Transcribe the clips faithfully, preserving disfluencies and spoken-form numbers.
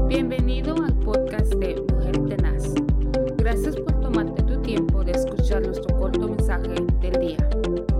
Bienvenido al podcast de Mujer Tenaz. Gracias por tomarte tu tiempo de escuchar nuestro corto mensaje del día.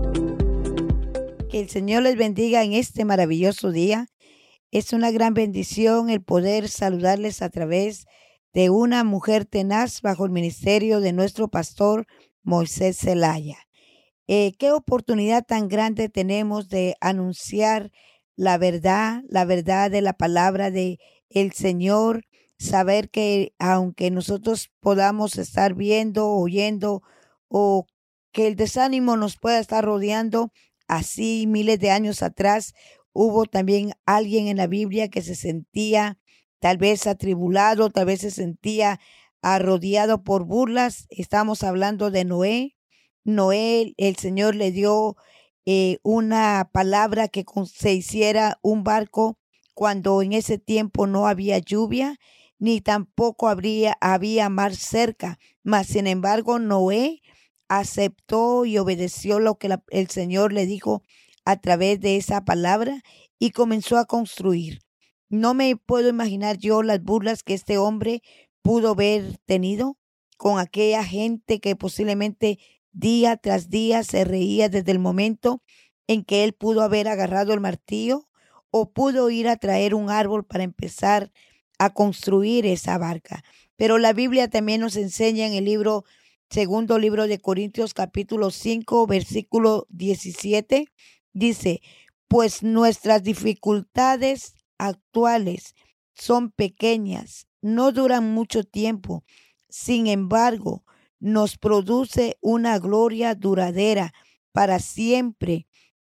Que el Señor les bendiga en este maravilloso día. Es una gran bendición el poder saludarles a través de una mujer tenaz bajo el ministerio de nuestro pastor Moisés Zelaya. Eh, qué oportunidad tan grande tenemos de anunciar la verdad, la verdad de la palabra de el Señor, saber que aunque nosotros podamos estar viendo, oyendo o que el desánimo nos pueda estar rodeando, así miles de años atrás hubo también alguien en la Biblia que se sentía tal vez atribulado, tal vez se sentía rodeado por burlas. Estamos hablando de Noé. Noé, el Señor le dio eh, una palabra que se hiciera un barco cuando en ese tiempo no había lluvia, ni tampoco habría, había mar cerca. Mas, sin embargo, Noé aceptó y obedeció lo que la, el Señor le dijo a través de esa palabra y comenzó a construir. No me puedo imaginar yo las burlas que este hombre pudo haber tenido con aquella gente que posiblemente día tras día se reía desde el momento en que él pudo haber agarrado el martillo o pudo ir a traer un árbol para empezar a construir esa barca. Pero la Biblia también nos enseña en el libro, segundo libro de Corintios, capítulo cinco, versículo diecisiete, dice, pues nuestras dificultades actuales son pequeñas, no duran mucho tiempo, sin embargo, nos produce una gloria duradera para siempre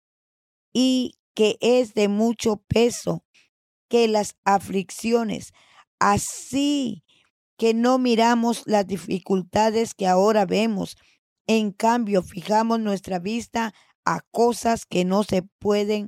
y que es de mucho peso que las aflicciones, así que no miramos las dificultades que ahora vemos. En cambio, fijamos nuestra vista a cosas que no se pueden,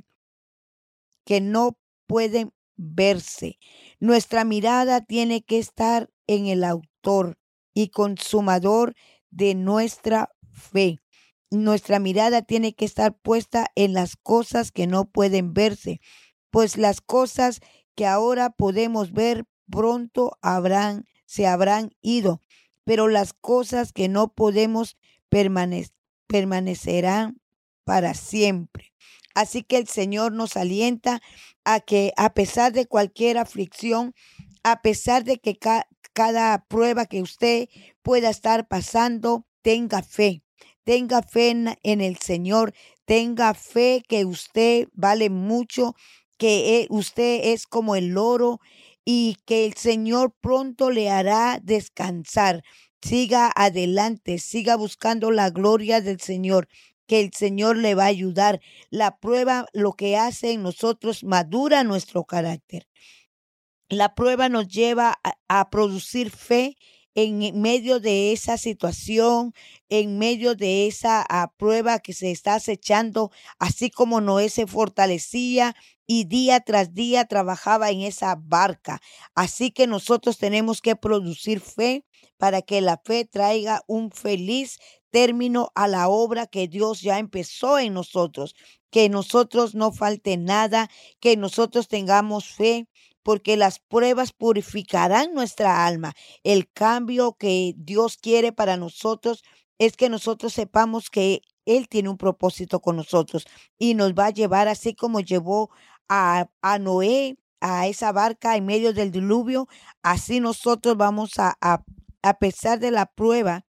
que no pueden verse. Nuestra mirada tiene que estar en el autor y consumador de nuestra fe. Nuestra mirada tiene que estar puesta en las cosas que no pueden verse, pues las cosas que ahora podemos ver pronto habrán, se habrán ido, pero las cosas que no podemos permane- permanecerán para siempre. Así que el Señor nos alienta a que a pesar de cualquier aflicción, a pesar de que ca- cada prueba que usted pueda estar pasando, tenga fe. Tenga fe en, en el Señor. Tenga fe que usted vale mucho, que eh, usted es como el oro y que el Señor pronto le hará descansar. Siga adelante, siga buscando la gloria del Señor, que el Señor le va a ayudar. La prueba lo que hace en nosotros madura nuestro carácter. La prueba nos lleva a, a producir fe en medio de esa situación, en medio de esa a, prueba que se está acechando, así como Noé se fortalecía y día tras día trabajaba en esa barca. Así que nosotros tenemos que producir fe para que la fe traiga un feliz término a la obra que Dios ya empezó en nosotros. Que nosotros no falte nada, que nosotros tengamos fe, porque las pruebas purificarán nuestra alma. El cambio que Dios quiere para nosotros es que nosotros sepamos que Él tiene un propósito con nosotros y nos va a llevar así como llevó a, a Noé a esa barca en medio del diluvio. Así nosotros vamos a, a, a pesar de la prueba,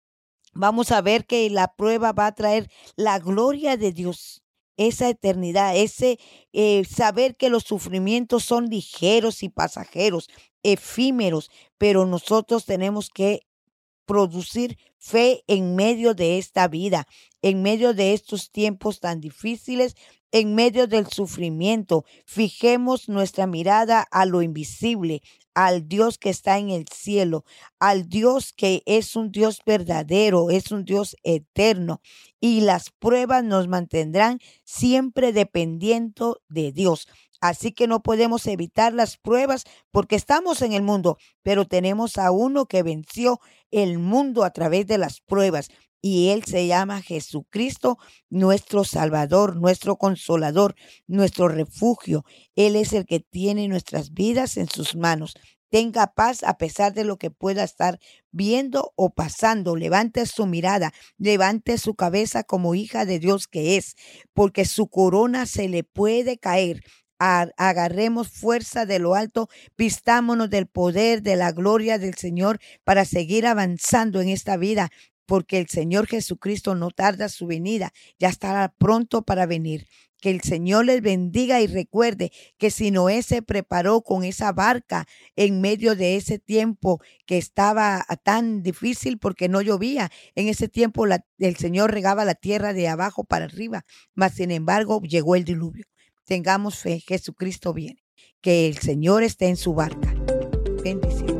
vamos a ver que la prueba va a traer la gloria de Dios. Esa eternidad, ese eh, saber que los sufrimientos son ligeros y pasajeros, efímeros, pero nosotros tenemos que producir fe en medio de esta vida, en medio de estos tiempos tan difíciles, en medio del sufrimiento. Fijemos nuestra mirada a lo invisible, al Dios que está en el cielo, al Dios que es un Dios verdadero, es un Dios eterno. Y las pruebas nos mantendrán siempre dependiendo de Dios. Así que no podemos evitar las pruebas porque estamos en el mundo, pero tenemos a uno que venció el mundo a través de las pruebas. Y Él se llama Jesucristo, nuestro Salvador, nuestro Consolador, nuestro refugio. Él es el que tiene nuestras vidas en sus manos. Tenga paz a pesar de lo que pueda estar viendo o pasando. Levante su mirada, levante su cabeza como hija de Dios que es, porque su corona se le puede caer. Agarremos fuerza de lo alto, vistámonos del poder, de la gloria del Señor para seguir avanzando en esta vida, porque el Señor Jesucristo no tarda su venida, ya estará pronto para venir. Que el Señor les bendiga y recuerde que si Noé se preparó con esa barca en medio de ese tiempo que estaba tan difícil porque no llovía, en ese tiempo la, el Señor regaba la tierra de abajo para arriba, mas sin embargo llegó el diluvio. Tengamos fe, Jesucristo viene. Que el Señor esté en su barca. Bendiciones.